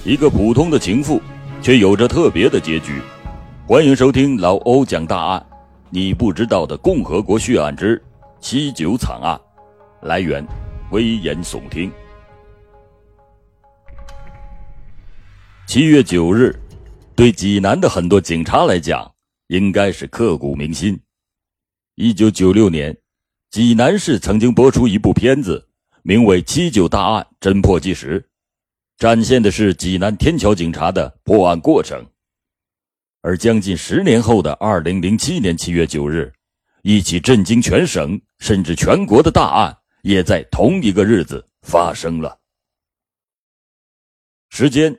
一个普通的情妇，却有着特别的结局。欢迎收听老欧讲大案，你不知道的共和国血案之79惨案。来源：危言耸听。7月9日，对济南的很多警察来讲，应该是刻骨铭心。1996年，济南市曾经播出一部片子，名为《79大案侦破纪实》，展现的是济南天桥警察的破案过程。而将近10年后的2007年7月9日，一起震惊全省甚至全国的大案也在同一个日子发生了。时间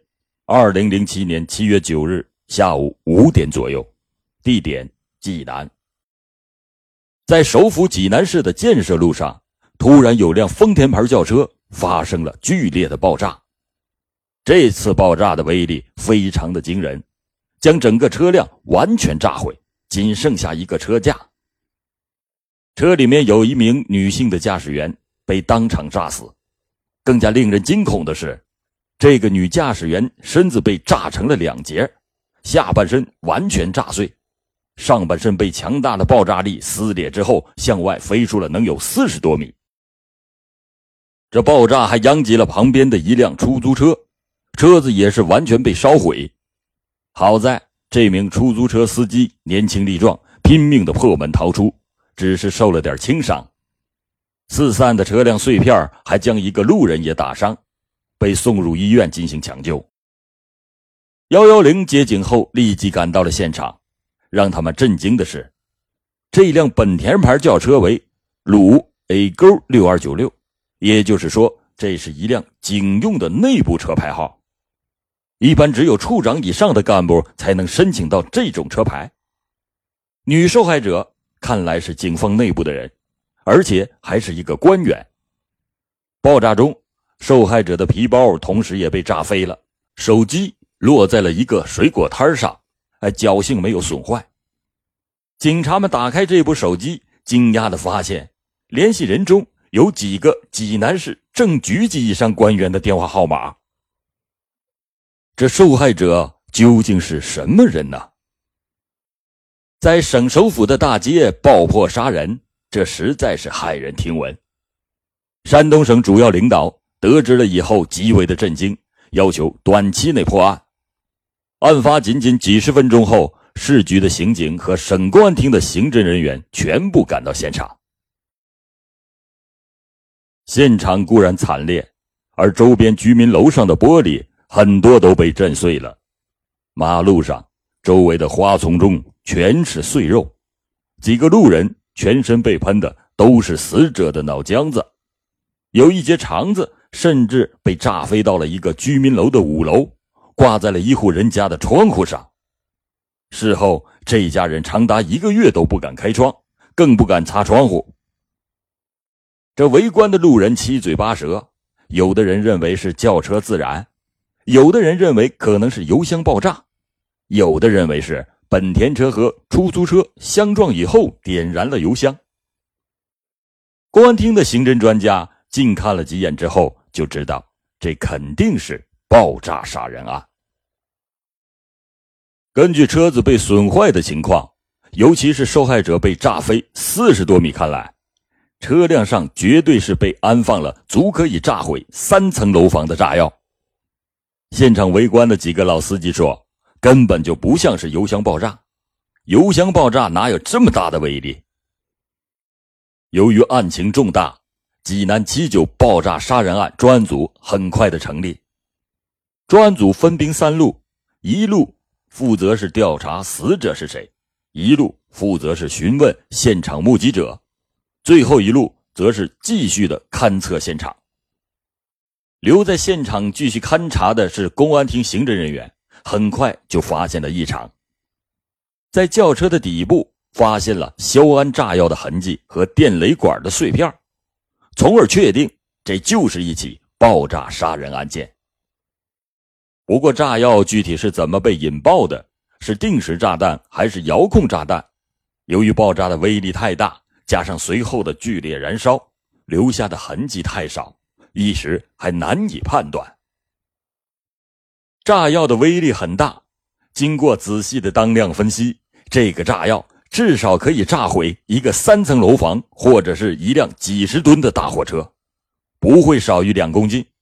2007年7月9日下午5点左右，地点济南。在首府济南市的建设路上，突然有辆丰田牌轿车发生了剧烈的爆炸。这次爆炸的威力非常的惊人，将整个车辆完全炸毁，仅剩下一个车架。车里面有一名女性的驾驶员被当场炸死。更加令人惊恐的是，这个女驾驶员身子被炸成了2截，下半身完全炸碎，上半身被强大的爆炸力撕裂之后向外飞出了能有40多米。这爆炸还殃及了旁边的一辆出租车，车子也是完全被烧毁。好在这名出租车司机年轻力壮，拼命地破门逃出，只是受了点轻伤。四散的车辆碎片还将一个路人也打伤，被送入医院进行抢救。110接警后立即赶到了现场，让他们震惊的是，这辆本田牌轿车为鲁 A-6296，也就是说这是一辆警用的内部车牌号。一般只有处长以上的干部才能申请到这种车牌。女受害者看来是警方内部的人，而且还是一个官员。爆炸中，受害者的皮包同时也被炸飞了，手机落在了一个水果摊上，侥幸没有损坏。警察们打开这部手机，惊讶地发现联系人中有几个济南市正局级以上官员的电话号码。这受害者究竟是什么人呢？在省首府的大街爆破杀人，这实在是骇人听闻。山东省主要领导得知了以后极为的震惊，要求短期内破案。案发仅仅几十分钟后，市局的刑警和省公安厅的刑侦人员全部赶到现场。现场固然惨烈，而周边居民楼上的玻璃很多都被震碎了，马路上周围的花丛中全是碎肉，几个路人全身被喷的都是死者的脑浆子，有一节肠子甚至被炸飞到了一个居民楼的5楼，挂在了一户人家的窗户上。事后这家人长达1个月都不敢开窗，更不敢擦窗户。这围观的路人七嘴八舌，有的人认为是轿车自燃，有的人认为可能是油箱爆炸，有的认为是本田车和出租车相撞以后点燃了油箱。公安厅的刑侦专家近看了几眼之后，就知道这肯定是爆炸杀人案。根据车子被损坏的情况，尤其是受害者被炸飞40多米看来，车辆上绝对是被安放了足可以炸毁3层楼房的炸药。现场围观的几个老司机说，根本就不像是油箱爆炸，油箱爆炸哪有这么大的威力？由于案情重大，济南79爆炸杀人案专案组很快的成立。专案组分兵3路，一路负责是调查死者是谁，一路负责是询问现场目击者，最后一路则是继续的勘测现场。留在现场继续勘查的是公安厅刑侦人员，很快就发现了异常。在轿车的底部发现了硝铵炸药的痕迹和电雷管的碎片，从而确定这就是一起爆炸杀人案件。不过炸药具体是怎么被引爆的，是定时炸弹还是遥控炸弹，由于爆炸的威力太大，加上随后的剧烈燃烧，留下的痕迹太少，一时还难以判断。 炸药的威力很大，经过仔细的当量分析，这个炸药至少可以炸毁一个3层楼房或者是一辆几十吨的大货车，不会少于2公斤。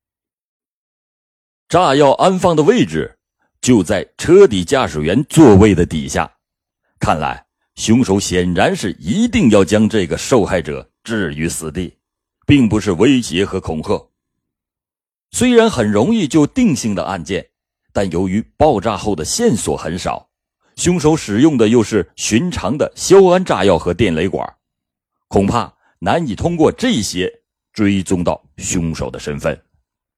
炸药安放的位置就在车底驾驶员座位的底下，看来凶手显然是一定要将这个受害者置于死地，并不是威胁和恐吓。虽然很容易就定性的案件，但由于爆炸后的线索很少，凶手使用的又是寻常的硝铵炸药和电雷管，恐怕难以通过这些追踪到凶手的身份。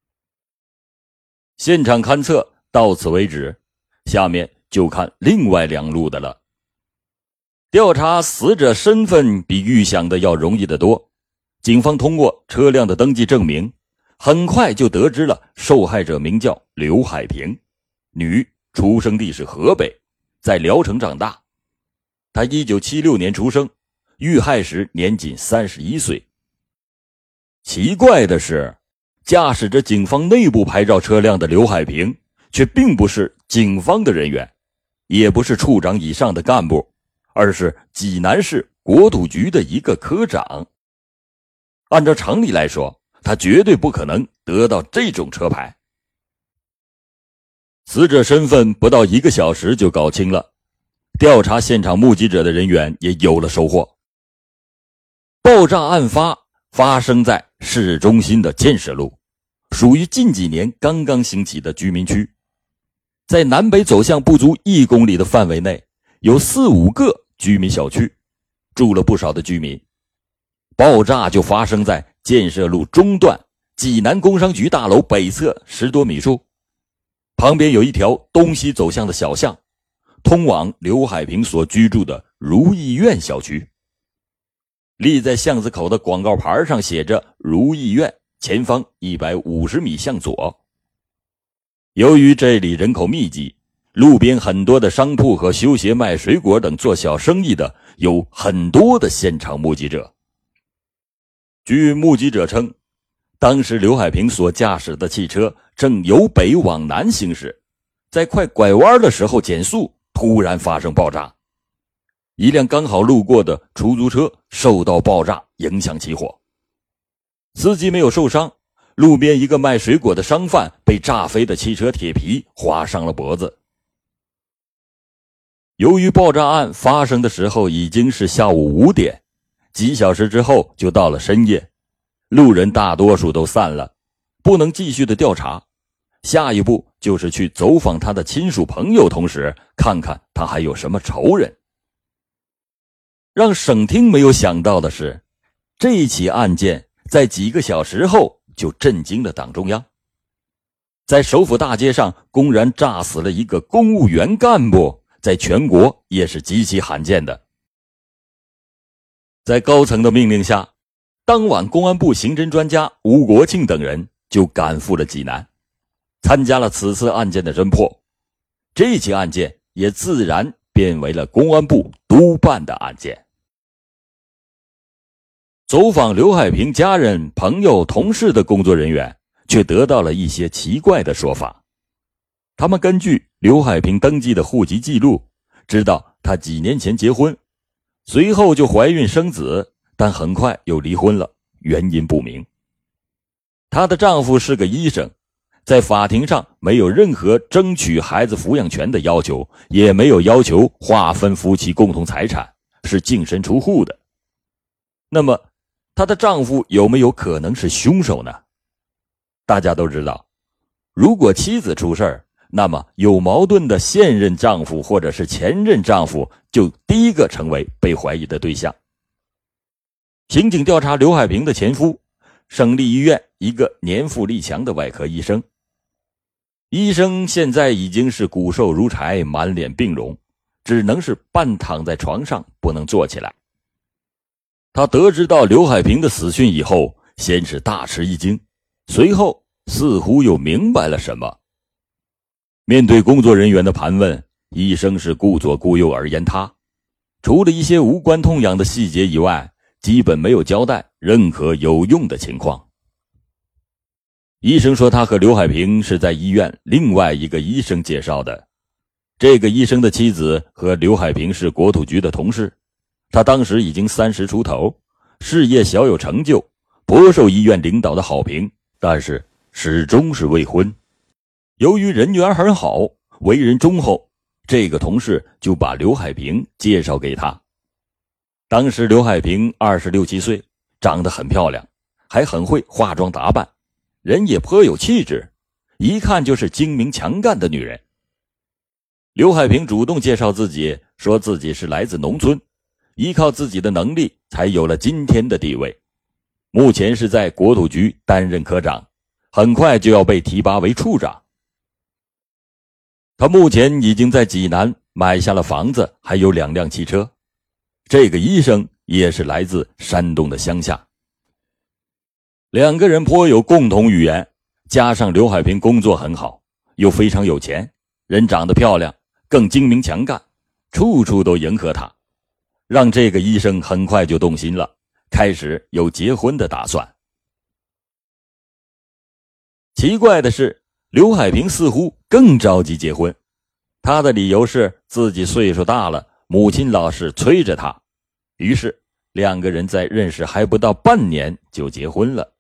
现场勘测到此为止，下面就看另外2路的了。调查死者身份比预想的要容易得多，警方通过车辆的登记证明，很快就得知了受害者名叫刘海平，女，出生地是河北，在聊城长大。她1976年出生，遇害时年仅31岁。奇怪的是，驾驶着警方内部牌照车辆的刘海平却并不是警方的人员，也不是处长以上的干部，而是济南市国土局的一个科长。按照常理来说，他绝对不可能得到这种车牌。死者身份不到1个小时就搞清了，调查现场目击者的人员也有了收获。爆炸案发生在市中心的建设路，属于近几年刚刚兴起的居民区。在南北走向不足1公里的范围内，有4、5个居民小区，住了不少的居民。爆炸就发生在建设路中段济南工商局大楼北侧10多米处，旁边有一条东西走向的小巷，通往刘海平所居住的如意苑小区。立在巷子口的广告牌上写着如意苑，前方150米向左。由于这里人口密集，路边很多的商铺和修鞋卖水果等做小生意的有很多的现场目击者。据目击者称，当时刘海平所驾驶的汽车正由北往南行驶，在快拐弯的时候减速，突然发生爆炸。一辆刚好路过的出租车受到爆炸影响起火，司机没有受伤，路边一个卖水果的商贩被炸飞的汽车铁皮划伤了脖子。由于爆炸案发生的时候已经是下午5点，几小时之后就到了深夜，路人大多数都散了，不能继续的调查，下一步就是去走访他的亲属朋友，同时看看他还有什么仇人。让省厅没有想到的是，这起案件在几个小时后就震惊了党中央。在首府大街上公然炸死了一个公务员干部，在全国也是极其罕见的。在高层的命令下，当晚公安部刑侦专家吴国庆等人就赶赴了济南，参加了此次案件的侦破。这起案件也自然变为了公安部督办的案件。走访刘海平家人、朋友、同事的工作人员却得到了一些奇怪的说法。他们根据刘海平登记的户籍记录，知道他几年前结婚，随后就怀孕生子，但很快又离婚了，原因不明。她的丈夫是个医生，在法庭上没有任何争取孩子抚养权的要求，也没有要求划分夫妻共同财产，是净身出户的。那么她的丈夫有没有可能是凶手呢？大家都知道，如果妻子出事儿，那么有矛盾的现任丈夫或者是前任丈夫就第一个成为被怀疑的对象。刑警调查刘海平的前夫，省立医院一个年富力强的外科医生。医生现在已经是骨瘦如柴，满脸病容，只能是半躺在床上，不能坐起来。他得知到刘海平的死讯以后，先是大吃一惊，随后似乎又明白了什么。面对工作人员的盘问，医生是顾左顾右而言他，除了一些无关痛痒的细节以外，基本没有交代任何有用的情况。 医生说他和刘海平是在医院另外一个医生介绍的。这个医生的妻子和刘海平是国土局的同事，他当时已经30出头，事业小有成就，颇受医院领导的好评，但是始终是未婚。由于人缘很好，为人忠厚，这个同事就把刘海平介绍给他。当时刘海平26、27岁，长得很漂亮，还很会化妆打扮，人也颇有气质，一看就是精明强干的女人。刘海平主动介绍自己，说自己是来自农村，依靠自己的能力才有了今天的地位。目前是在国土局担任科长，很快就要被提拔为处长。他目前已经在济南买下了房子，还有2辆汽车。这个医生也是来自山东的乡下。2个人颇有共同语言，加上刘海平工作很好，又非常有钱，人长得漂亮，更精明强干，处处都迎合他，让这个医生很快就动心了，开始有结婚的打算。奇怪的是，刘海平似乎更着急结婚，他的理由是自己岁数大了，母亲老是催着他，于是2个人在认识还不到半年就结婚了。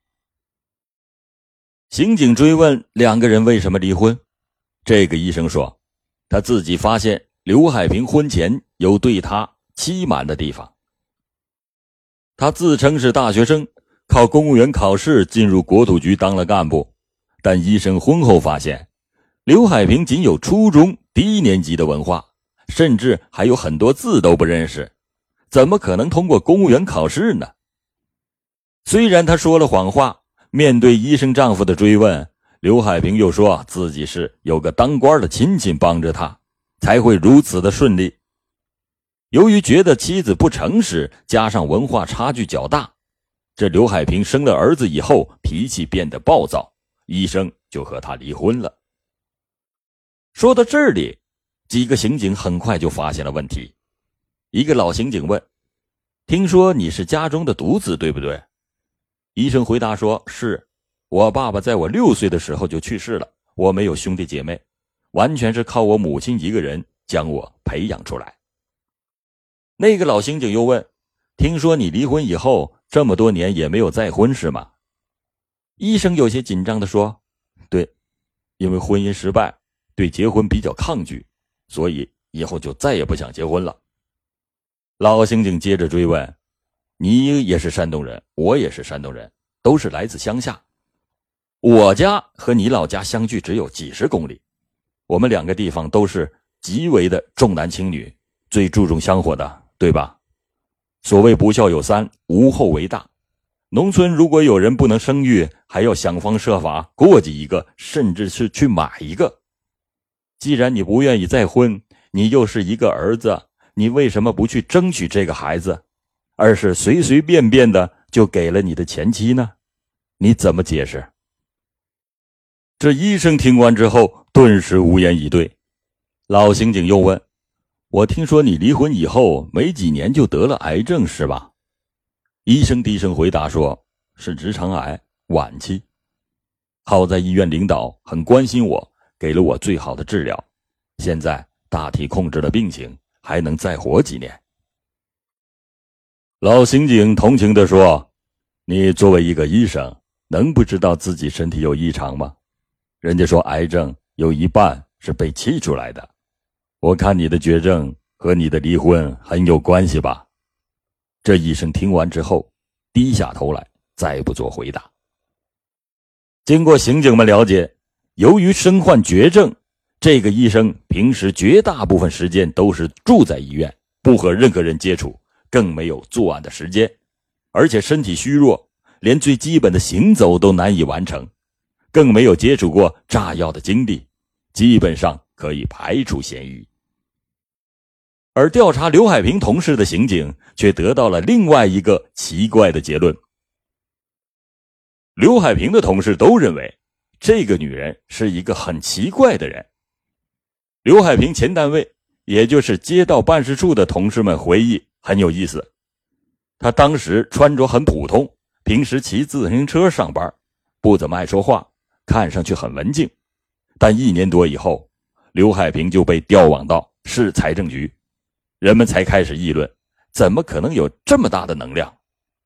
刑警追问2个人为什么离婚，这个医生说，他自己发现刘海平婚前有对他欺瞒的地方。他自称是大学生，靠公务员考试进入国土局当了干部，但医生婚后发现，刘海平仅有初中低年级的文化，甚至还有很多字都不认识，怎么可能通过公务员考试呢？虽然他说了谎话，面对医生丈夫的追问，刘海平又说自己是有个当官的亲戚帮着他，才会如此的顺利。由于觉得妻子不诚实，加上文化差距较大，这刘海平生了儿子以后脾气变得暴躁，医生就和他离婚了。说到这里，几个刑警很快就发现了问题。一个老刑警问，听说你是家中的独子对不对？医生回答说，是，我爸爸在我6岁的时候就去世了，我没有兄弟姐妹，完全是靠我母亲一个人将我培养出来。那个老刑警又问，听说你离婚以后这么多年也没有再婚是吗？医生有些紧张地说，对，因为婚姻失败，对结婚比较抗拒，所以以后就再也不想结婚了。老刑警接着追问，你也是山东人，我也是山东人，都是来自乡下，我家和你老家相距只有几十公里，我们2个地方都是极为的重男轻女，最注重香火的，对吧？所谓不孝有三，无后为大，农村如果有人不能生育，还要想方设法过继一个，甚至是去买一个。既然你不愿意再婚，你又是一个儿子，你为什么不去争取这个孩子，而是随随便便的就给了你的前妻呢？你怎么解释？这医生听完之后顿时无言以对。老刑警又问，我听说你离婚以后没几年就得了癌症是吧？医生低声回答说，是直肠癌，晚期。好在医院领导很关心我，给了我最好的治疗，现在大体控制了病情，还能再活几年。老刑警同情地说，你作为一个医生，能不知道自己身体有异常吗？人家说癌症有一半是被气出来的，我看你的绝症和你的离婚很有关系吧？这医生听完之后低下头来，再不做回答。经过刑警们了解，由于身患绝症，这个医生平时绝大部分时间都是住在医院，不和任何人接触，更没有作案的时间，而且身体虚弱，连最基本的行走都难以完成，更没有接触过炸药的经历，基本上可以排除嫌疑。而调查刘海平同事的刑警却得到了另外一个奇怪的结论。刘海平的同事都认为这个女人是一个很奇怪的人。刘海平前单位，也就是街道办事处的同事们回忆很有意思，他当时穿着很普通，平时骑自行车上班，不怎么爱说话， 看上去很文静，但1年多以后，刘海平就被调往到市财政局，人们才开始议论，怎么可能有这么大的能量？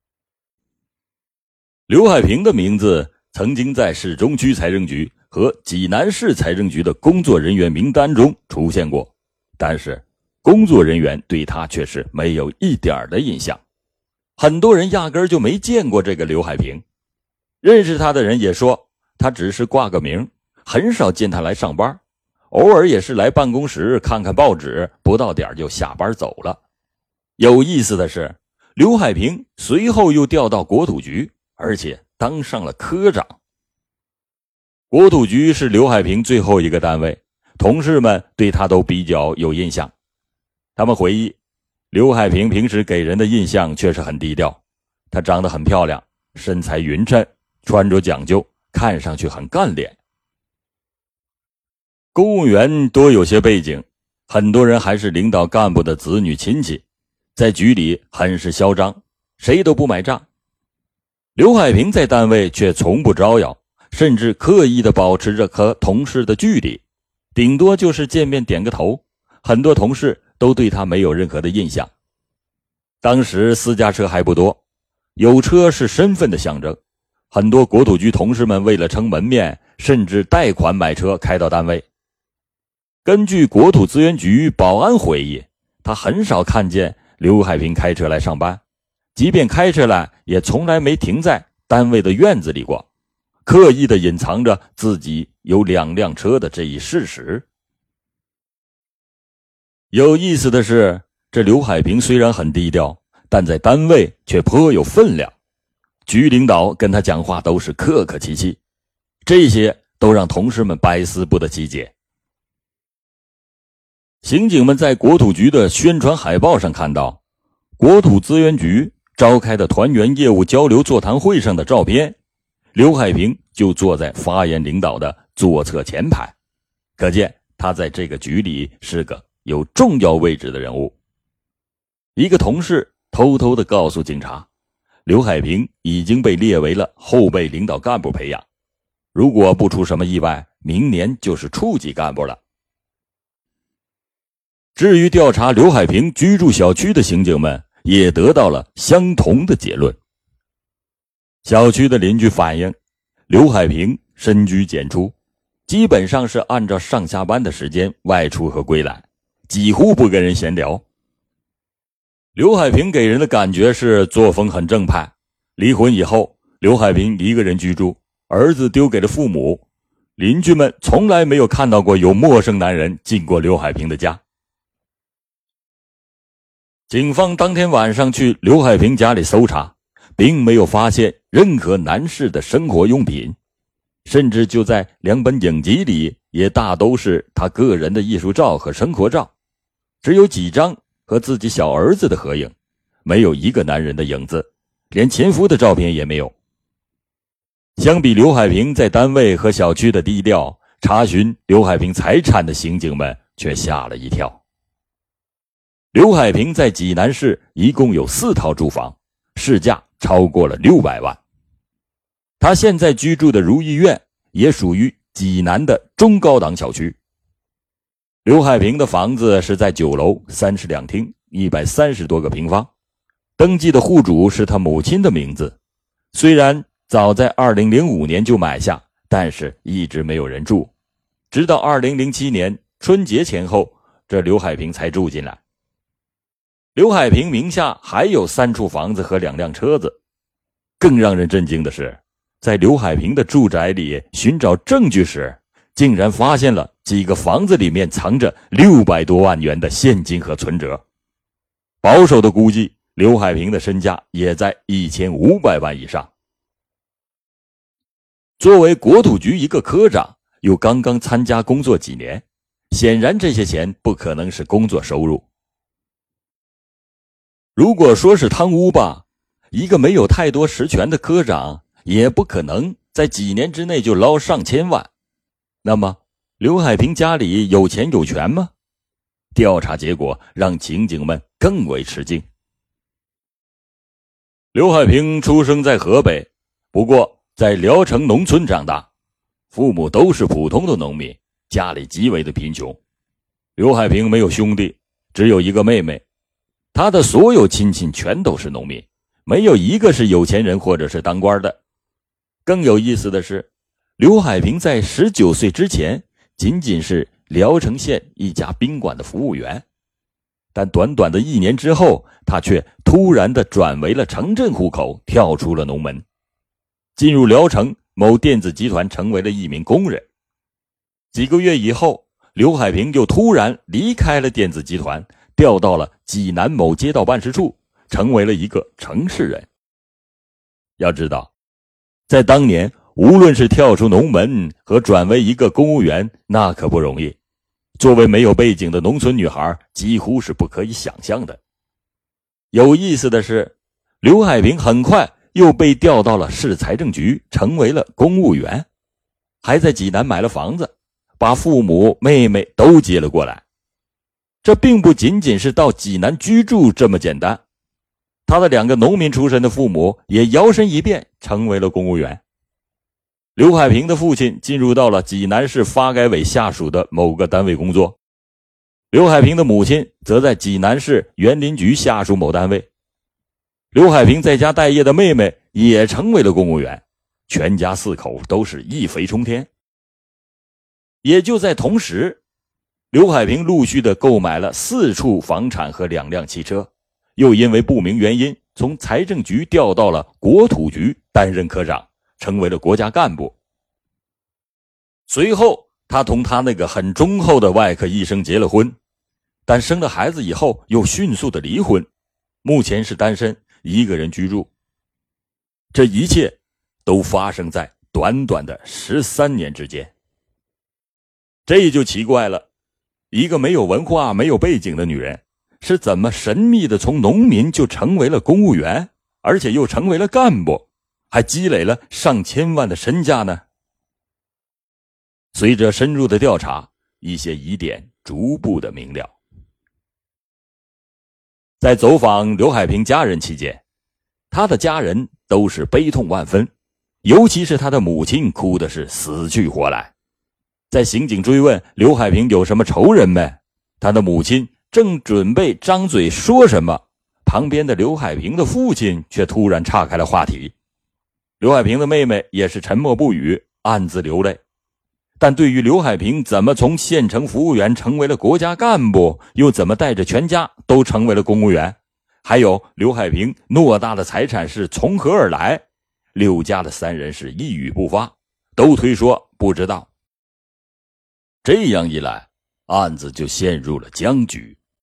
刘海平的名字曾经在市中区财政局和济南市财政局的工作人员名单中出现过，但是工作人员对他却是没有一点的印象，很多人压根就没见过这个刘海平。认识他的人也说，他只是挂个名，很少见他来上班，偶尔也是来办公室看看报纸，不到点就下班走了。有意思的是，刘海平随后又调到国土局，而且当上了科长。国土局是刘海平最后一个单位，同事们对他都比较有印象。他们回忆，刘海平平时给人的印象确实很低调，她长得很漂亮，身材匀称，穿着讲究，看上去很干练。公务员多有些背景，很多人还是领导干部的子女亲戚，在局里很是嚣张，谁都不买账。刘海平在单位却从不招摇，甚至刻意地保持着和同事的距离，顶多就是见面点个头，很多同事都对他没有任何的印象。当时私家车还不多，有车是身份的象征，很多国土局同事们为了撑门面，甚至贷款买车开到单位。根据国土资源局保安回忆，他很少看见刘海平开车来上班，即便开车来也从来没停在单位的院子里过，刻意地隐藏着自己有2辆车的这一事实。有意思的是，这刘海平虽然很低调，但在单位却颇有分量，局领导跟他讲话都是客客气气，这些都让同事们百思不得其解。刑警们在国土局的宣传海报上看到，国土资源局召开的团员业务交流座谈会上的照片，刘海平就坐在发言领导的左侧前排，可见他在这个局里是个有重要位置的人物。一个同事偷偷地告诉警察，刘海平已经被列为了后备领导干部培养，如果不出什么意外，明年就是处级干部了。至于调查刘海平居住小区的刑警们也得到了相同的结论。小区的邻居反映，刘海平深居简出，基本上是按照上下班的时间外出和归来，几乎不跟人闲聊。刘海平给人的感觉是作风很正派，离婚以后，刘海平一个人居住，儿子丢给了父母，邻居们从来没有看到过有陌生男人进过刘海平的家。警方当天晚上去刘海平家里搜查，并没有发现任何男士的生活用品，甚至就在2本影集里也大都是他个人的艺术照和生活照，只有几张和自己小儿子的合影，没有一个男人的影子，连前夫的照片也没有。相比刘海平在单位和小区的低调，查询刘海平财产的刑警们却吓了一跳。刘海平在济南市一共有4套住房，市价超过了600万。他现在居住的如意苑也属于济南的中高档小区。刘海平的房子是在9楼3室2厅，130多个平方，登记的户主是他母亲的名字。虽然早在2005年就买下，但是一直没有人住，直到2007年春节前后，这刘海平才住进来。刘海平名下还有3处房子和2辆车子。更让人震惊的是，在刘海平的住宅里寻找证据时，竟然发现了几个房子里面藏着600多万元的现金和存折。保守的估计，刘海平的身价也在1500万以上。作为国土局一个科长，又刚刚参加工作几年，显然这些钱不可能是工作收入。如果说是贪污吧，一个没有太多实权的科长也不可能在几年之内就捞上千万。那么刘海平家里有钱有权吗？调查结果让刑警们更为吃惊。刘海平出生在河北，不过在聊城农村长大， 父母都是普通的农民，家里极为的贫穷。刘海平没有兄弟，只有一个妹妹，他的所有亲戚全都是农民，没有一个是有钱人或者是当官的。更有意思的是，刘海平在19岁之前仅仅是聊城县一家宾馆的服务员，但短短的1年之后，他却突然的转为了城镇户口，跳出了农门，进入聊城某电子集团，成为了一名工人。几个月以后，刘海平就突然离开了电子集团，调到了济南某街道办事处，成为了一个城市人。要知道，在当年，无论是跳出农门和转为一个公务员，那可不容易。作为没有背景的农村女孩，几乎是不可以想象的。有意思的是，刘海平很快又被调到了市财政局，成为了公务员，还在济南买了房子，把父母、妹妹都接了过来。这并不仅仅是到济南居住这么简单，他的2个农民出身的父母也摇身一变成为了公务员。刘海平的父亲进入到了济南市发改委下属的某个单位工作，刘海平的母亲则在济南市园林局下属某单位。刘海平在家待业的妹妹也成为了公务员，全家4口都是一飞冲天。也就在同时，刘海平陆续的购买了4处房产和2辆汽车，又因为不明原因从财政局调到了国土局担任科长，成为了国家干部。随后他同他那个很忠厚的外科医生结了婚，但生了孩子以后又迅速的离婚，目前是单身，一个人居住。这一切都发生在短短的13年之间。这就奇怪了，一个没有文化、没有背景的女人，是怎么神秘的从农民就成为了公务员，而且又成为了干部，还积累了上千万的身价呢？随着深入的调查，一些疑点逐步的明了。在走访刘海平家人期间，他的家人都是悲痛万分，尤其是他的母亲哭的是死去活来。在刑警追问刘海平有什么仇人没，他的母亲正准备张嘴说什么，旁边的刘海平的父亲却突然岔开了话题。刘海平的妹妹也是沉默不语，暗自流泪。但对于刘海平怎么从县城服务员成为了国家干部，又怎么带着全家都成为了公务员，还有刘海平偌大的财产是从何而来，刘家的3人是一语不发，都推说不知道。这样一来，案子就陷入了僵局。